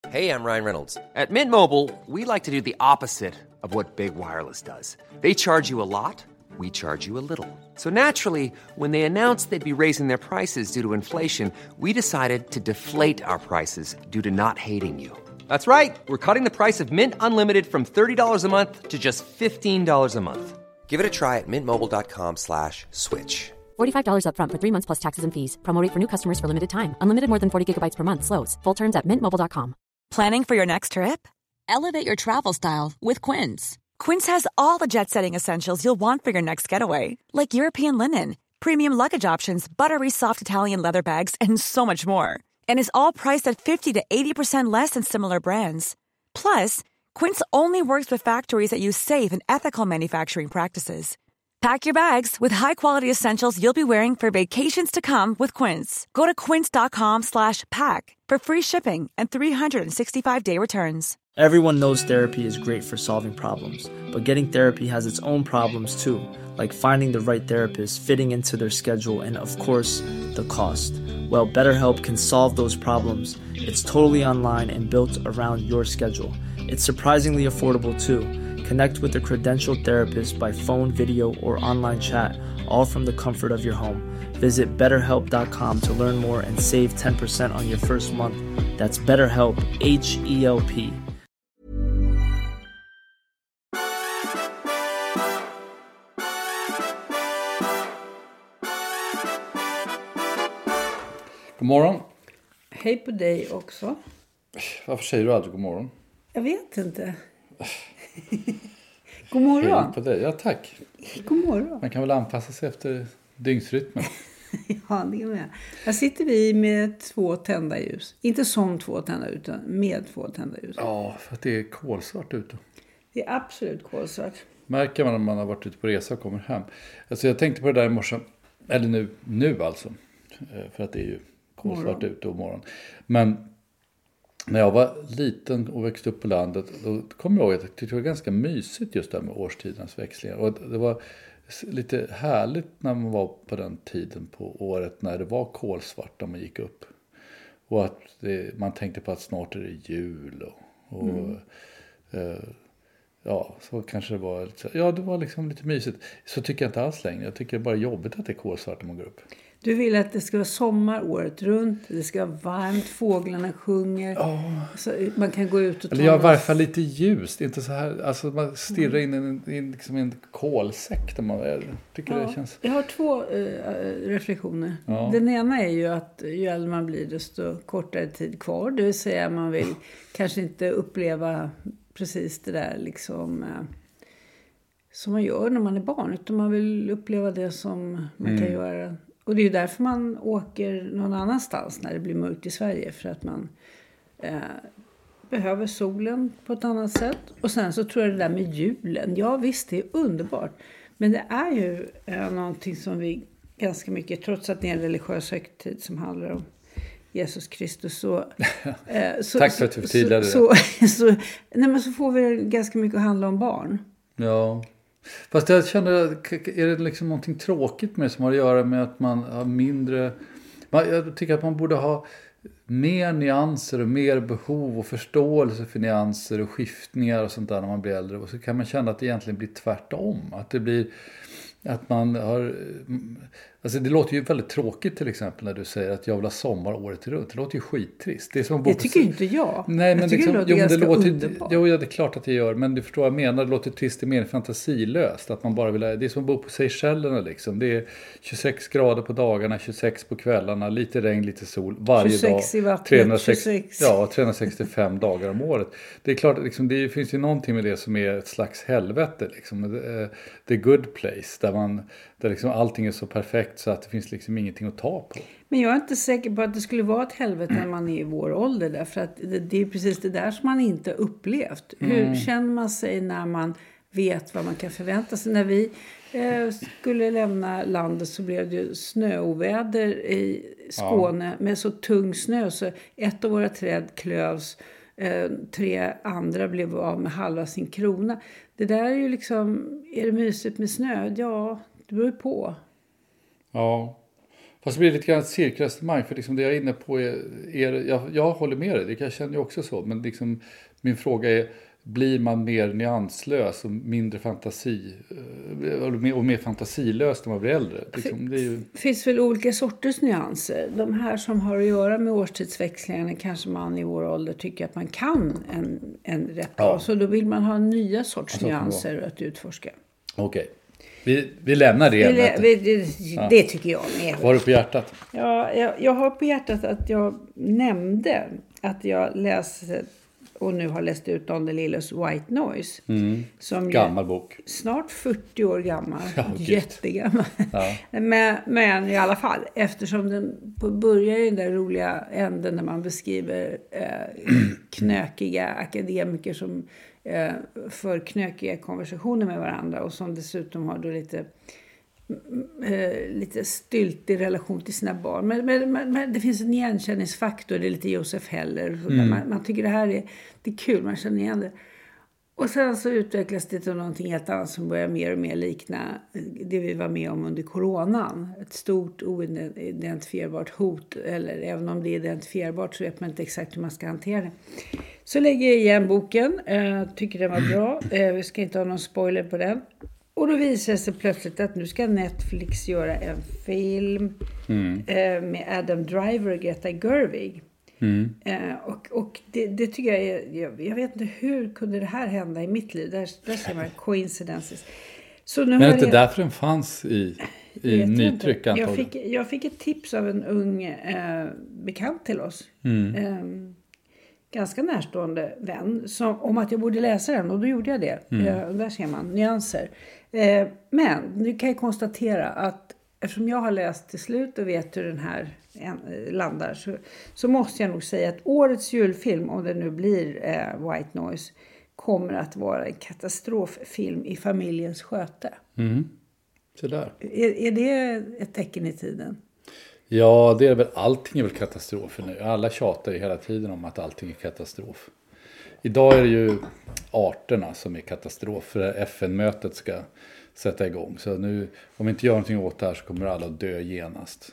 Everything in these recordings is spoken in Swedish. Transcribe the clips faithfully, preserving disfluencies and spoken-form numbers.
Hey, I'm Ryan Reynolds. At Mint Mobile, we like to do the opposite of what Big Wireless does. They charge you a lot, we charge you a little. So naturally, when they announced they'd be raising their prices due to inflation, we decided to deflate our prices due to not hating you. That's right. We're cutting the price of Mint Unlimited from thirty dollars a month to just fifteen dollars a month. Give it a try at mintmobile.com slash switch. forty-five dollars up front for three months plus taxes and fees. Promo rate for new customers for limited time. Unlimited more than forty gigabytes per month slows. Full terms at mint mobile dot com. Planning for your next trip? Elevate your travel style with Quince. Quince has all the jet-setting essentials you'll want for your next getaway, like European linen, premium luggage options, buttery soft Italian leather bags, and so much more. And is all priced at fifty to eighty percent less than similar brands. Plus, Quince only works with factories that use safe and ethical manufacturing practices. Pack your bags with high-quality essentials you'll be wearing for vacations to come with Quince. Go to quince.com slash pack for free shipping and three sixty-five day returns. Everyone knows therapy is great for solving problems, but getting therapy has its own problems too, like finding the right therapist, fitting into their schedule, and of course, the cost. Well, BetterHelp can solve those problems. It's totally online and built around your schedule. It's surprisingly affordable too. Connect with a credentialed therapist by phone, video, or online chat, all from the comfort of your home. Visit better help dot com to learn more and save ten percent on your first month. That's BetterHelp, H E L P. God morgon. Hej på dig också. Varför säger du aldrig god morgon? Jag vet inte. God morgon. Hej på dig. Ja, tack. God morgon. Man kan väl anpassa sig efter dygnsrytmen. Ja, det är med. Här sitter vi med två tända ljus. Inte som två tända utan med två tända ljus. Ja, för att det är kolsvart ute. Det är absolut kolsvart. Märker man när man har varit ute på resa och kommer hem. Alltså jag tänkte på det där i morse. Eller nu, nu alltså. För att det är ju kolsvart ute och morgon. Men när jag var liten och växte upp på landet, då kom jag ihåg att jag tyckte det var ganska mysigt just där med årstidernas växlingar. Och det var lite härligt när man var på den tiden på året när det var kolsvart när man gick upp. Och att det, man tänkte på att snart är det jul och, och mm. eh, ja, så kanske det var lite, ja, det var liksom lite mysigt. Så tycker jag inte alls längre. Jag tycker det är bara jobbigt att det är kolsvart när man går upp. Du vill att det ska vara sommar året runt. Det ska vara varmt, fåglarna sjunger. Oh. Så man kan gå ut och ta... Eller ja, i varje fall lite ljust. Inte så här, alltså man stirrar in i en, in, liksom en kolsäck där man är. Tycker ja, det känns... Jag har två uh, reflektioner. Ja. Den ena är ju att ju äldre man blir desto kortare tid kvar. Det vill säga man vill kanske inte uppleva precis det där liksom... Uh, som man gör när man är barn. Utan man vill uppleva det som man mm. kan göra... Och det är ju därför man åker någon annanstans när det blir mörkt i Sverige. För att man eh, behöver solen på ett annat sätt. Och sen så tror jag det där med julen. Ja visst, det är underbart. Men det är ju eh, någonting som vi ganska mycket, trots att det är en religiös högtid som handlar om Jesus Kristus. Så, eh, så, Tack för att du förtydligade det. Så, så, så, nej, men så får vi ganska mycket att handla om barn. Ja. Fast jag känner, är det liksom någonting tråkigt med det som har att göra med att man har mindre... Jag tycker att man borde ha mer nyanser och mer behov och förståelse för nyanser och skiftningar och sånt där när man blir äldre. Och så kan man känna att det egentligen blir tvärtom. Att det blir... Att man har... Alltså det låter ju väldigt tråkigt till exempel när du säger att jag vill ha sommar året runt. Det låter ju skittrist. Det, är som det tycker ju inte jag. Nej, men jag tycker liksom, det låter jo, ganska det låter, underbart. Jo, ja, det är klart att det gör. Men du förstår vad jag menar. Det låter trist, det är mer fantasilöst. Att man bara vill, det är som att bo på Seychellerna liksom. Det är tjugosex grader på dagarna, tjugosex på kvällarna. Lite regn, lite sol. Varje tjugosex dag. I vattnet, trehundrasex, tjugosex ja, trehundrasextiofem dagar om året. Det är klart, liksom, det finns ju någonting med det som är ett slags helvete. Liksom. The good place. Där, man, där liksom allting är så perfekt så att det finns liksom ingenting att ta på. Men jag är inte säker på att det skulle vara ett helvete när man är i vår ålder. Därför att det, det är precis det där som man inte upplevt. Mm. Hur känner man sig när man vet vad man kan förvänta sig? När vi eh, skulle lämna landet så blev det ju snöoväder i Skåne ja. Med så tung snö. Så ett av våra träd klövs. Eh, tre andra blev av med halva sin krona. Det där är ju liksom, är det mysigt med snö? Ja, det beror på. Ja. Och så blir det lite grann ett cirkelresonemang. För liksom det jag är inne på är... är jag, jag håller med dig, det jag känner ju också så. Men liksom, min fråga är... Blir man mer nyanslös och mindre fantasi... Och mer, och mer fantasilös när man blir äldre? Liksom, det är ju... finns väl olika sorters nyanser. De här som har att göra med årstidsväxlingarna kanske man i vår ålder tycker att man kan en, en rätt bra. Ja. Så då vill man ha nya sorts alltså, nyanser att utforska. Okej. Okay. Vi, vi lämnar det. Vi, vi, det, ja. det tycker jag med. Vad har du på hjärtat? Ja, jag, jag har på hjärtat att jag nämnde att jag läste och nu har läst ut Don DeLillos White Noise. Mm. Som gammal bok. Snart fyrtio år gammal. Ja, jättegammal. Ja. men, men i alla fall, eftersom den börjar i den där roliga änden när man beskriver eh, knökiga akademiker som eh, för knökiga konversationer med varandra och som dessutom har då lite eh, lite stylt i relation till sina barn. Men, men, men det finns en igenkänningsfaktor, det är lite Joseph Heller. Mm. Man, man tycker det här är, det är kul, man känner igen det. Och sen så utvecklas det till någonting helt annat som börjar mer och mer likna det vi var med om under coronan. Ett stort oidentifierbart hot, eller även om det är identifierbart så vet man inte exakt hur man ska hantera det. Så lägger jag igen boken, eh, tycker den var bra, eh, vi ska inte ha någon spoiler på den. Och då visar det sig plötsligt att nu ska Netflix göra en film mm. eh, med Adam Driver och Greta Gerwig. Mm. Eh, och och det, det tycker jag är, jag, jag vet inte hur kunde det här hända i mitt liv. Där, där ser man coincidences. Så nu men är det inte därför den fanns i, i nytryck jag fick, jag fick ett tips av en ung eh, bekant till oss. Mm. Eh, ganska närstående vän. Som, om att jag borde läsa den och då gjorde jag det. Mm. Eh, där ser man nyanser. Eh, men nu kan jag konstatera att eftersom jag har läst till slut och vet hur den här en, landar så, så måste jag nog säga att årets julfilm, om det nu blir eh, White Noise, kommer att vara en katastroffilm i familjens sköte. Mm. Så där. Är, är det ett tecken i tiden? Ja, det är väl, allting är väl katastrofer nu. Alla tjatar ju hela tiden om att allting är katastrof. Idag är det ju arterna som är katastrof, för F N-mötet ska sätta igång. Så nu, om vi inte gör någonting åt det här så kommer alla att dö genast.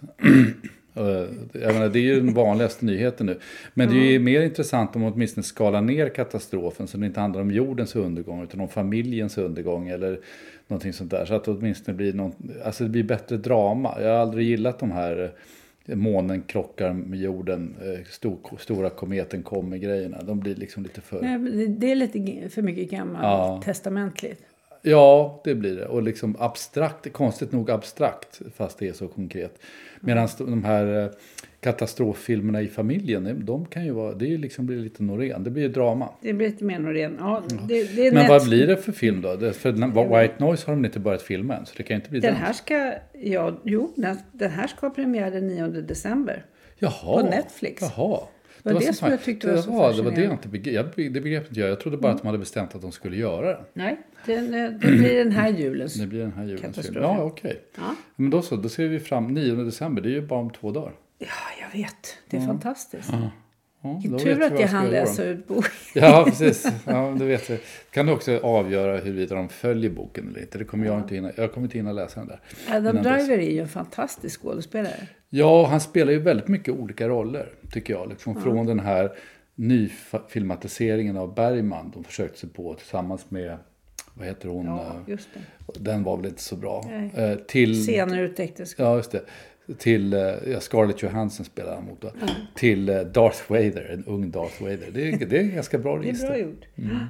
Jag menar, det är ju den vanligaste nyheten nu. Men det är ju mer intressant om man åtminstone skalar ner katastrofen så det inte handlar om jordens undergång utan om familjens undergång eller någonting sånt där. Så att det åtminstone blir någon, alltså det blir bättre drama. Jag har aldrig gillat de här månen krockar med jorden, stor, stora kometen kommer grejerna. De blir liksom lite för... Nej, det är lite för mycket gammalt ja. testamentligt. Ja, det blir det. Och liksom abstrakt, konstigt nog abstrakt, fast det är så konkret. Medan de här katastroffilmerna i familjen, de kan ju vara, det är ju liksom blir lite Norén. Det blir ju drama. Det blir lite mer Norén, ja. Det, det är men nätt... vad blir det för film då? Det, för White Noise har de inte börjat filma än, så det kan inte bli den. Den här ska, ja, jo, den, den här ska premiera den nionde december. Jaha. På Netflix. Jaha. Det var det, det som jag tyckte var så fascinerande. Det var det jag inte begrep. Det begrep inte jag. Jag trodde bara mm. att de hade bestämt att de skulle göra det. Nej, det, det blir den här julens Det blir den här julens film. Ja, okej. Okay. Ja. Men då så, då ser vi fram nionde december. Det är ju bara om två dagar. Ja, jag vet. Det är ja. fantastiskt. Ja. Ja, det är tur att jag hann läsa ut boken. Ja, precis. Ja, det vet jag. Kan du också avgöra huruvida de följer boken eller inte? Det kommer ja. jag inte hinna. Jag kommer inte hinna läsa den där. Adam Driver är ju en fantastisk skådespelare. Ja, han spelar ju väldigt mycket olika roller, tycker jag. Liksom ja. Från den här nyfilmatiseringen av Bergman. De försökte sig på tillsammans med, vad heter hon? Ja, just det. Den var väl inte så bra. Eh, till Senare utäktenskap. Ja, just det. Till ja, Scarlett Johansson spelar han mot då. Mm. Till uh, Darth Vader, en ung Darth Vader. Det är, det är ganska bra register. Det är bra gjort.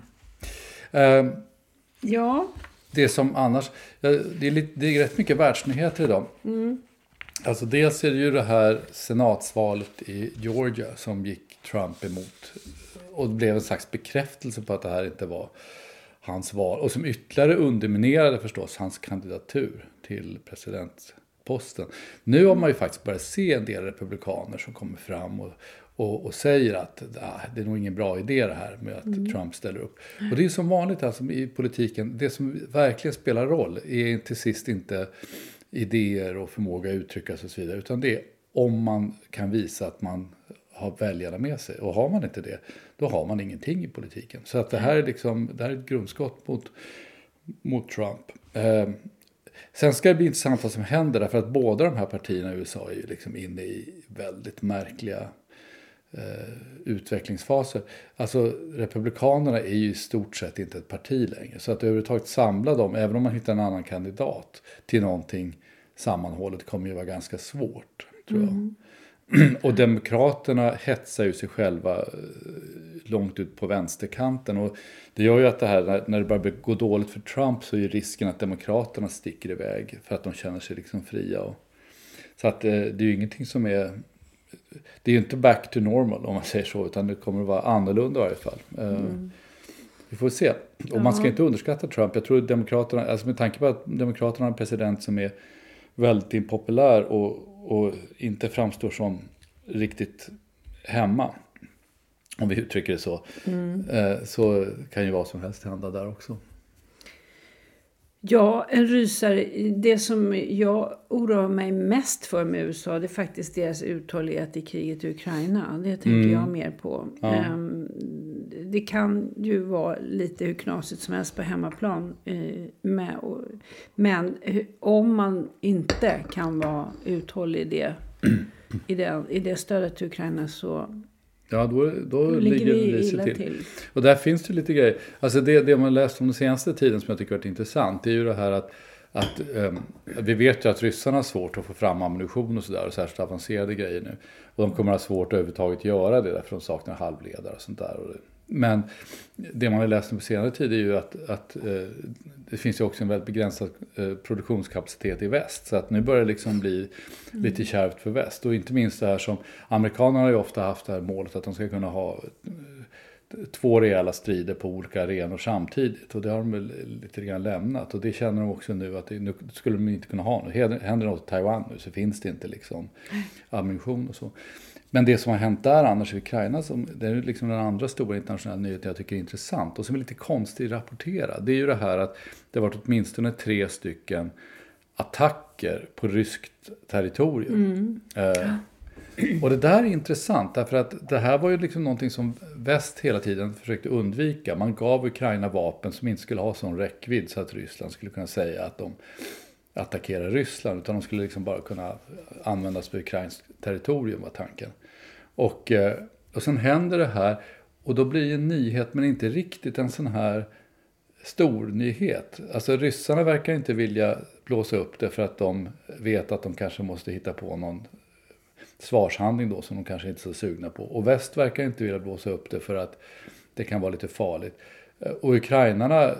Mm. Uh, ja. Det som annars, ja, det, är lite, det är rätt mycket världsnyheter idag. Mm. Alltså dels är det ju det här senatsvalet i Georgia som gick Trump emot. Och det blev en slags bekräftelse på att det här inte var hans val. Och som ytterligare underminerade förstås hans kandidatur till president. Posten. Nu har man ju faktiskt börjat se en del republikaner som kommer fram och, och, och säger att ah, det är nog ingen bra idé det här med att mm. Trump ställer upp. Och det är som vanligt alltså, i politiken, det som verkligen spelar roll är till sist inte idéer och förmåga att uttrycka sig och så vidare, utan det är om man kan visa att man har väljarna med sig. Och har man inte det, då har man ingenting i politiken. Så att det här är liksom, det här är ett grundskott mot, mot Trump. Eh, sen ska det bli intressant vad som händer, därför att båda de här partierna i U S A är ju liksom inne i väldigt märkliga eh, utvecklingsfaser. Alltså republikanerna är ju i stort sett inte ett parti längre, så att överhuvudtaget samla dem, även om man hittar en annan kandidat till någonting sammanhållet, kommer ju vara ganska svårt, tror jag. Mm. Och demokraterna hetsar ju sig själva långt ut på vänsterkanten, och det gör ju att det här, när det börjar gå dåligt för Trump, så är ju risken att demokraterna sticker iväg för att de känner sig liksom fria. Och, så att det är ju ingenting som är, det är ju inte back to normal om man säger så, utan det kommer att vara annorlunda i varje fall. Mm. Vi får se. Och man ska inte underskatta Trump. Jag tror att demokraterna, alltså med tanke på att demokraterna har en president som är väldigt impopulär och, och inte framstår som riktigt hemma, om vi uttrycker det så, mm. så kan ju vad som helst hända där också. Ja, en rysare. Det som jag oroar mig mest för med U S A, det är faktiskt deras uthållighet i kriget i Ukraina. Det tänker mm. jag mer på. Ja. Det kan ju vara lite hur knasigt som helst på hemmaplan. Med, men om man inte kan vara uthållig i det, i det, i det stödet till Ukraina, så... Ja, då, då ligger vi det illa till. till. Och där finns det lite grejer. Alltså det, det man läst om den senaste tiden som jag tycker har varit intressant, det är ju det här att, att um, vi vet ju att ryssarna har svårt att få fram ammunition och sådär, och särskilt avancerade grejer nu. Och de kommer att ha svårt att överhuvudtaget göra det, därför de saknar halvledare och sånt där. Och det. Men det man har läst om på senare tid är ju att, att uh, det finns ju också en väldigt begränsad uh, produktionskapacitet i väst. Så att nu börjar det liksom bli mm. lite kärvt för väst. Och inte minst det här som amerikanerna har ju ofta haft det här målet att de ska kunna ha uh, två rejäla strider på olika arenor samtidigt. Och det har de väl lite grann lämnat. Och det känner de också nu att det, nu skulle de inte kunna ha. Nu händer något i Taiwan nu, så finns det inte liksom ammunition och så. Men det som har hänt där annars i Ukraina, som, det är liksom den andra stora internationella nyheten jag tycker är intressant och som är lite konstigt rapporterad. Det är ju det här att det har varit åtminstone tre stycken attacker på ryskt territorium. Mm. Eh, och det där är intressant, därför att det här var ju liksom någonting som väst hela tiden försökte undvika. Man gav Ukraina vapen som inte skulle ha sån räckvidd så att Ryssland skulle kunna säga att de attackerar Ryssland, utan de skulle liksom bara kunna användas på ukrainskt territorium, var tanken. Och, och sen händer det här, och då blir det en nyhet, men inte riktigt en sån här stor nyhet. Alltså ryssarna verkar inte vilja blåsa upp det för att de vet att de kanske måste hitta på någon svarshandling då som de kanske inte är så sugna på. Och väst verkar inte vilja blåsa upp det för att det kan vara lite farligt. Och ukrainarna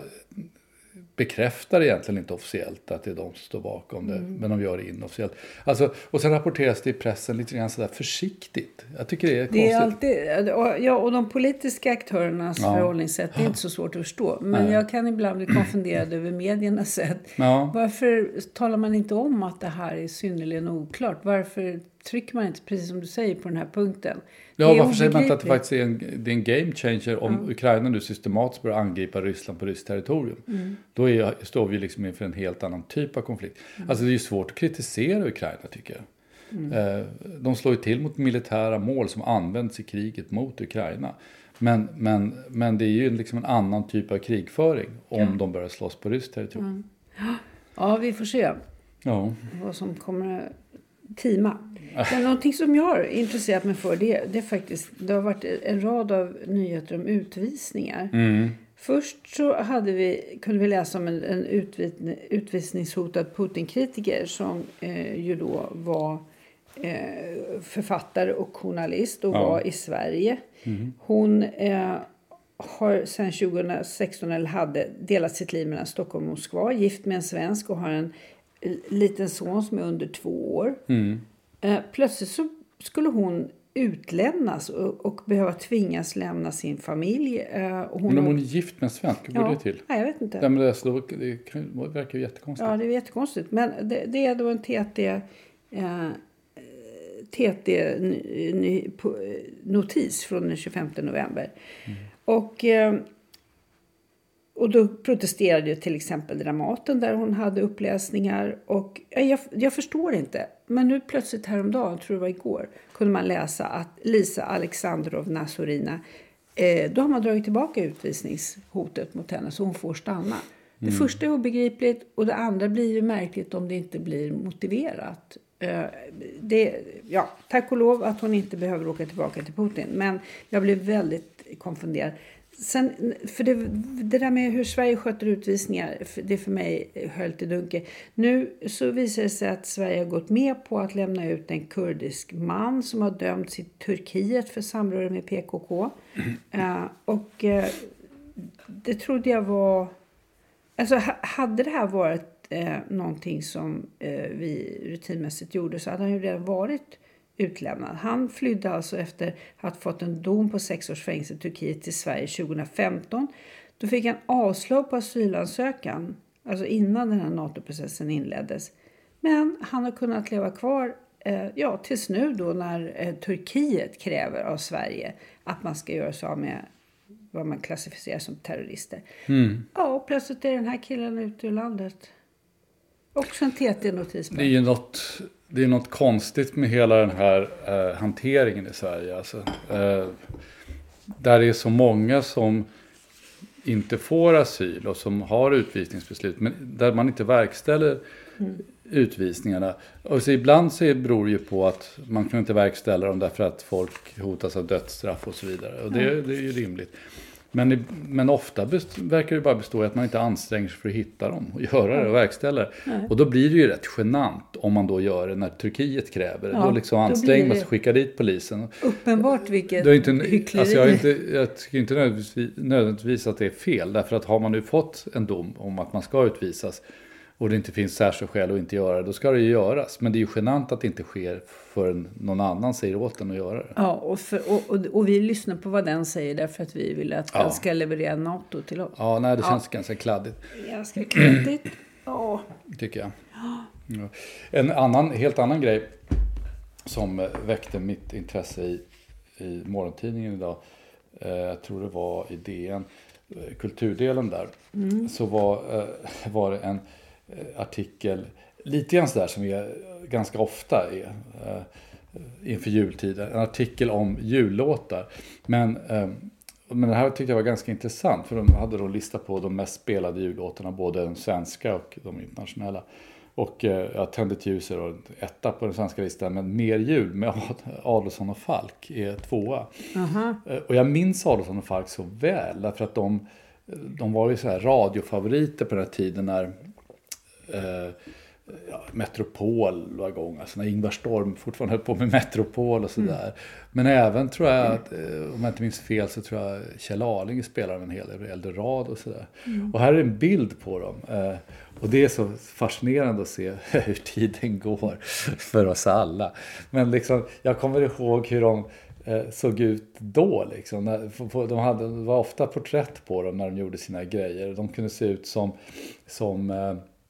bekräftar egentligen inte officiellt att det är de som står bakom det, mm. men de gör det inofficiellt. Alltså, och sen rapporteras det i pressen lite grann sådär försiktigt. Jag tycker det är konstigt. Det är alltid, och, ja, och de politiska aktörernas ja. förhållningssätt är inte så svårt att förstå. Men Nej. jag kan ibland bli konfunderad över mediernas sätt. Ja. Varför talar man inte om att det här är synnerligen oklart? Varför trycker man inte, precis som du säger, på den här punkten? Ja, varför säger man inte att det faktiskt är en, det är en game changer om ja. Ukraina nu systematiskt börjar angripa Ryssland på ryskt territorium. Mm. Då är, står vi liksom inför en helt annan typ av konflikt. Mm. Alltså det är ju svårt att kritisera Ukraina, tycker jag. Mm. Eh, de slår ju till mot militära mål som används i kriget mot Ukraina. Men, men, men det är ju liksom en annan typ av krigföring om ja. de börjar slåss på ryskt territorium. Mm. Ja, vi får se ja. vad som kommer tima. Men någonting som jag har intresserat mig för, det, det är faktiskt, det har varit en rad av nyheter om utvisningar. Mm. Först så hade vi, kunde vi läsa om en, en utvis, utvisningshotad Putin-kritiker som eh, ju då var eh, författare och journalist och ja. var i Sverige. Mm. Hon eh, har sedan tjugohundrasexton eller hade delat sitt liv mellan Stockholm och Moskva, gift med en svensk och har en liten son som är under två år. Mm. Eh, plötsligt så skulle hon utlämnas och, och behöva tvingas lämna sin familj. Eh, och hon men om har... hon är gift med en svensk, hur går ja, det till? Nej, jag vet inte. Nej, men det, det, det verkar ju jättekonstigt. Ja, det är jättekonstigt. Men det, det är då en T T... Eh, T T-notis från den tjugofemte november. Mm. Och... Eh, Och då protesterade ju till exempel Dramaten där hon hade uppläsningar. Och jag, jag förstår inte. Men nu plötsligt häromdagen, tror jag det var igår, kunde man läsa att Lisa Alexandrovna Zorina, eh, då har man dragit tillbaka utvisningshotet mot henne så hon får stanna. Det mm. första är obegripligt och det andra blir ju märkligt om det inte blir motiverat. Det, ja, tack och lov att hon inte behöver åka tillbaka till Putin. Men jag blev väldigt konfunderad. Sen, för det, det där med hur Sverige sköter utvisningar, det är för mig höll till dunkel. Nu så visar det sig att Sverige har gått med på att lämna ut en kurdisk man som har dömts i Turkiet för samröre med P K K. Mm. Uh, och uh, det trodde jag var... Alltså hade det här varit eh, någonting som eh, vi rutinmässigt gjorde så hade han ju redan varit utlämnad. Han flydde alltså efter att ha fått en dom på sex års fängelse i Turkiet till Sverige tjugohundrafemton. Då fick han avslag på asylansökan, alltså innan den här NATO-processen inleddes. Men han har kunnat leva kvar eh, ja, tills nu då när eh, Turkiet kräver av Sverige att man ska göra så med vad man klassificerar som terrorister. Mm. Ja, och plötsligt är den här killen ute ur landet. Också en T T-notis. Det är ju något, det är något konstigt med hela den här eh, hanteringen i Sverige. Alltså, eh, där det är så många som inte får asyl och som har utvisningsbeslut. Men där man inte verkställer mm. utvisningarna. Och så ibland så beror det ju på att man kan inte verkställa dem därför att folk hotas av dödsstraff och så vidare. Och det, mm. det är ju rimligt. Men, men ofta best, verkar det bara bestå i att man inte anstränger sig för att hitta dem och göra det och verkställa det. Mm. Och då blir det ju rätt genant om man då gör det när Turkiet kräver det. Ja, då liksom anstränger man sig att skicka dit polisen. Uppenbart vilket inte, hyckleri. Alltså jag, inte, jag tycker inte nödvändigtvis, nödvändigtvis att det är fel. Därför att har man nu fått en dom om att man ska utvisas och det inte finns särskilt skäl att inte göra det, då ska det ju göras. Men det är ju genant att det inte sker förrän någon annan säger åt den att göra det. Ja, och, för, och, och, och vi lyssnar på vad den säger därför att vi vill att ja. den ska leverera NATO till oss. Ja, nej, det känns ja. ganska kladdigt. Ganska kladdigt, ja. Tycker jag. Ja. En annan, helt annan grej som väckte mitt intresse i, i morgontidningen idag, eh, jag tror det var i D N, kulturdelen där, mm. så var, eh, var det en artikel, lite grann sådär som vi ganska ofta är eh, inför jultider. En artikel om jullåtar. Men, eh, men det här tyckte jag var ganska intressant. För de hade då listat på de mest spelade jullåtarna, både de svenska och de internationella. Och eh, jag tände ett ljus och etta på den svenska listan. Men Mer jul med Adolfsson och Falk är tvåa. Uh-huh. Eh, och jag minns Adolfsson och Falk så väl. Därför att de, de var ju så här radiofavoriter på den här tiden när Uh, ja, Metropol var igång, alltså när Ingvar Storm fortfarande höll på med Metropol och sådär. Mm. Men även tror jag att, uh, om jag inte minns fel, så tror jag Kjell Arling spelar en hel del Eldorado och sådär. Mm. Och här är en bild på dem. Uh, och det är så fascinerande att se hur tiden går för oss alla. Men liksom, jag kommer ihåg hur de uh, såg ut då liksom. När, de hade, det var ofta porträtt på dem när de gjorde sina grejer. De kunde se ut som som uh,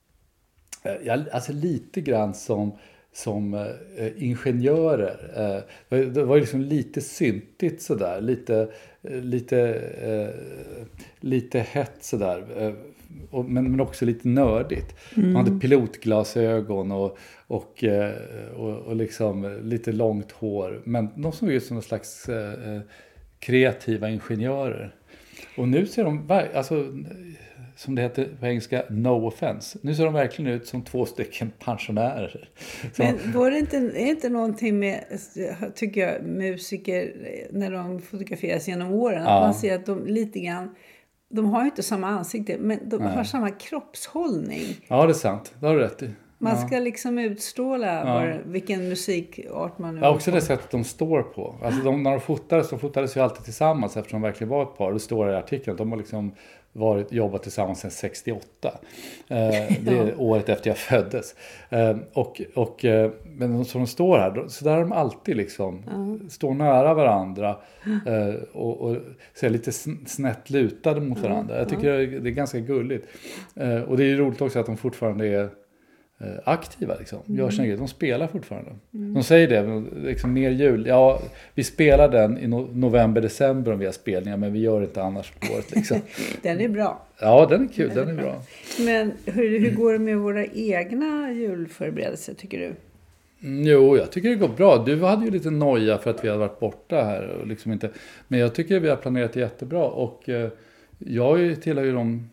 Ja, alltså lite grann som, som eh, ingenjörer. Eh, det var liksom lite syntigt sådär. Lite, lite, eh, lite hett sådär. Eh, och, men, men också lite nördigt. Mm. Man hade pilotglasögon och, och, eh, och, och liksom lite långt hår. Men de såg ut som en slags eh, kreativa ingenjörer. Och nu ser de... Alltså, som det heter på engelska, no offense. Nu ser de verkligen ut som två stycken pensionärer. Så. Men var det inte, är inte någonting med, tycker jag, musiker när de fotograferas genom åren? Ja. Att man ser att de lite grann, de har ju inte samma ansikte, men de Nej. har samma kroppshållning. Ja, det är sant. Det har du rätt i. Man ska liksom utstråla ja. bara, vilken musikart man nu har. Ja, också det sättet de står på. Alltså de, när de fotades, de fotades ju alltid tillsammans eftersom de verkligen var ett par. Det står i artikeln att de har liksom varit, jobbat tillsammans sedan sextioåtta. Eh, det är ja. året efter jag föddes. Eh, och, och, eh, men så de står här, så där är de alltid liksom, ja. står nära varandra eh, och, och ser lite snett lutade mot varandra. Ja. Jag tycker ja. det är ganska gulligt. Eh, och det är ju roligt också att de fortfarande är aktiva liksom. Gör sina grejer. De spelar fortfarande. Mm. De säger det, liksom Mer jul. Ja, vi spelar den i no- november, december om vi har spelningar, men vi gör inte annars på året liksom. Den är bra. Ja, den är kul. Den, den är, är bra. bra. Men hur, hur går det med våra egna julförberedelser, tycker du? Mm, jo, jag tycker det går bra. Du hade ju lite noja för att vi hade varit borta här. Och liksom inte, men jag tycker vi har planerat jättebra. Och eh, jag tillhör ju de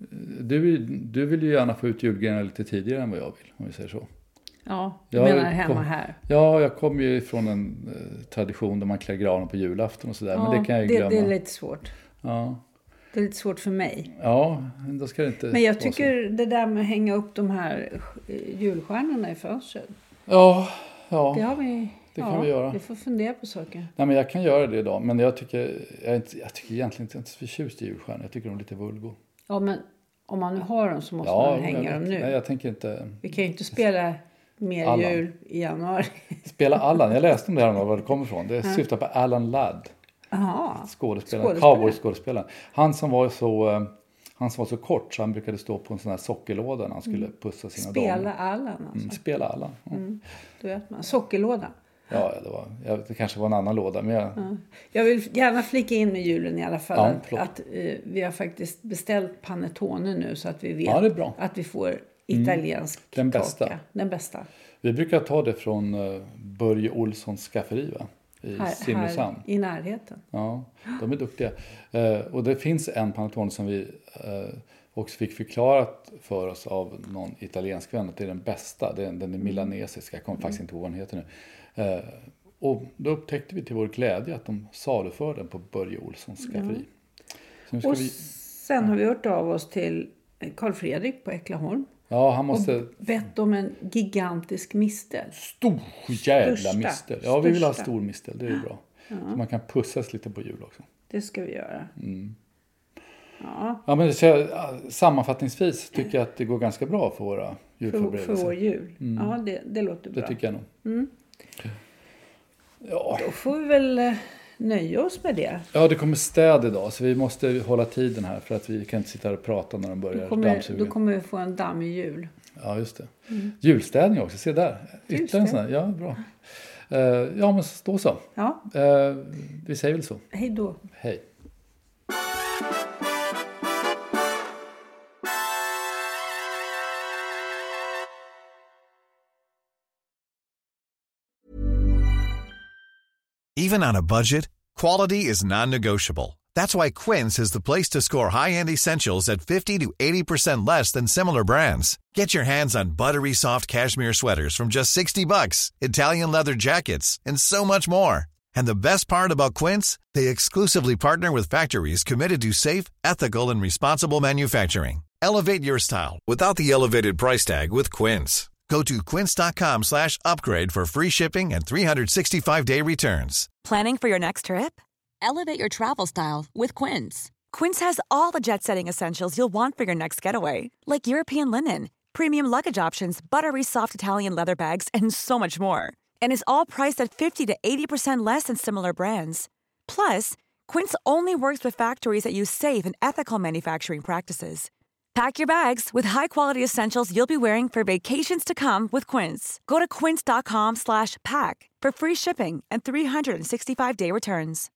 du, du vill ju gärna få ut julgrejerna lite tidigare än vad jag vill, om vi säger så. Ja, du jag menar hemma kom, här? Ja, jag kommer ju från en eh, tradition där man klär granen på julafton och sådär. Ja, men det kan jag ju det, glömma. det är lite svårt. Ja. Det är lite svårt för mig. Ja, då ska det inte. Men jag tycker det där med att hänga upp de här julstjärnorna i fönstret. Ja, ja. Det har vi. Det ja, kan vi göra. Vi får fundera på saker. Nej, men jag kan göra det idag. Men jag tycker, jag, är inte, jag tycker egentligen inte så förtjust i julstjärnor. Jag tycker de är lite vulgo. Ja, men om man nu har dem så måste ja, man hänga dem nu. Nej, jag tänker inte. Vi kan ju inte spela mer Allan. Jul i januari. Spela Allan. Jag läste om det här om var det kommer ifrån. Det syftar på Alan Ladd. Aha. Skådespelaren. Cowboy-skådespelaren. Han som var så... Han som var så kort så han brukade stå på en sån här sockerlåda när han skulle pussa sina spela damer. Allan alltså. Mm, spela Allan. Ja. Mm. Du vet man. Sockerlåda. Ja, det, var, ja, det kanske var en annan låda. Men jag... Ja. Jag vill gärna flika in med julen i alla fall. Ja, att att uh, vi har faktiskt beställt panettone nu så att vi vet ja, det är bra. att vi får italiensk mm. Den kaka. bästa. Den bästa. Vi brukar ta det från uh, Börje Olssons skafferi, va? I här, Simrishamn. Här i närheten. Ja, de är duktiga. Uh, och det finns en panettone som vi uh, också fick förklarat för oss av någon italiensk vän att det är den bästa. Den, den är milanesisk. Jag kommer mm. faktiskt inte ihåg vad den heter nu. Uh, och då upptäckte vi till vår glädje att de saluför den på Börje Olssons skafferi. Ja. Och vi... sen har vi hört av oss till Carl Fredrik på Äcklaholm. Ja, han måste... Och bett om en gigantisk mistel. Stor jävla Största. mistel. Ja, vi vill ha stor mistel. Det är bra. Ja. Så man kan pussas lite på jul också. Det ska vi göra. Mm. Ja. Ja, men det, sammanfattningsvis tycker jag att det går ganska bra för våra julförberedelser. För, för vår jul. Mm. Ja, det, det låter bra. Det tycker jag nog. Mm. Ja. Då får vi väl nöja oss med det. Ja, det kommer städ idag så vi måste hålla tiden här för att vi kan inte sitta här och prata när de börjar då kommer, dammsuga. Då kommer vi få en dammig jul. Ja, just det. Mm. Julstädning också, se där. Ytterligare en sån här. Ja, bra. Uh, ja, men då så. Ja. Uh, vi säger väl så. Hej då. Hej. Even on a budget, quality is non-negotiable. That's why Quince is the place to score high-end essentials at fifty to eighty percent less than similar brands. Get your hands on buttery soft cashmere sweaters from just sixty bucks, Italian leather jackets, and so much more. And the best part about Quince, they exclusively partner with factories committed to safe, ethical, and responsible manufacturing. Elevate your style without the elevated price tag with Quince. Go to quince.com slash upgrade for free shipping and three sixty-five day returns. Planning for your next trip? Elevate your travel style with Quince. Quince has all the jet-setting essentials you'll want for your next getaway, like European linen, premium luggage options, buttery soft Italian leather bags, and so much more. And is all priced at fifty to eighty percent less than similar brands. Plus, Quince only works with factories that use safe and ethical manufacturing practices. Pack your bags with high-quality essentials you'll be wearing for vacations to come with Quince. Go to quince.com slash pack for free shipping and three sixty-five day returns.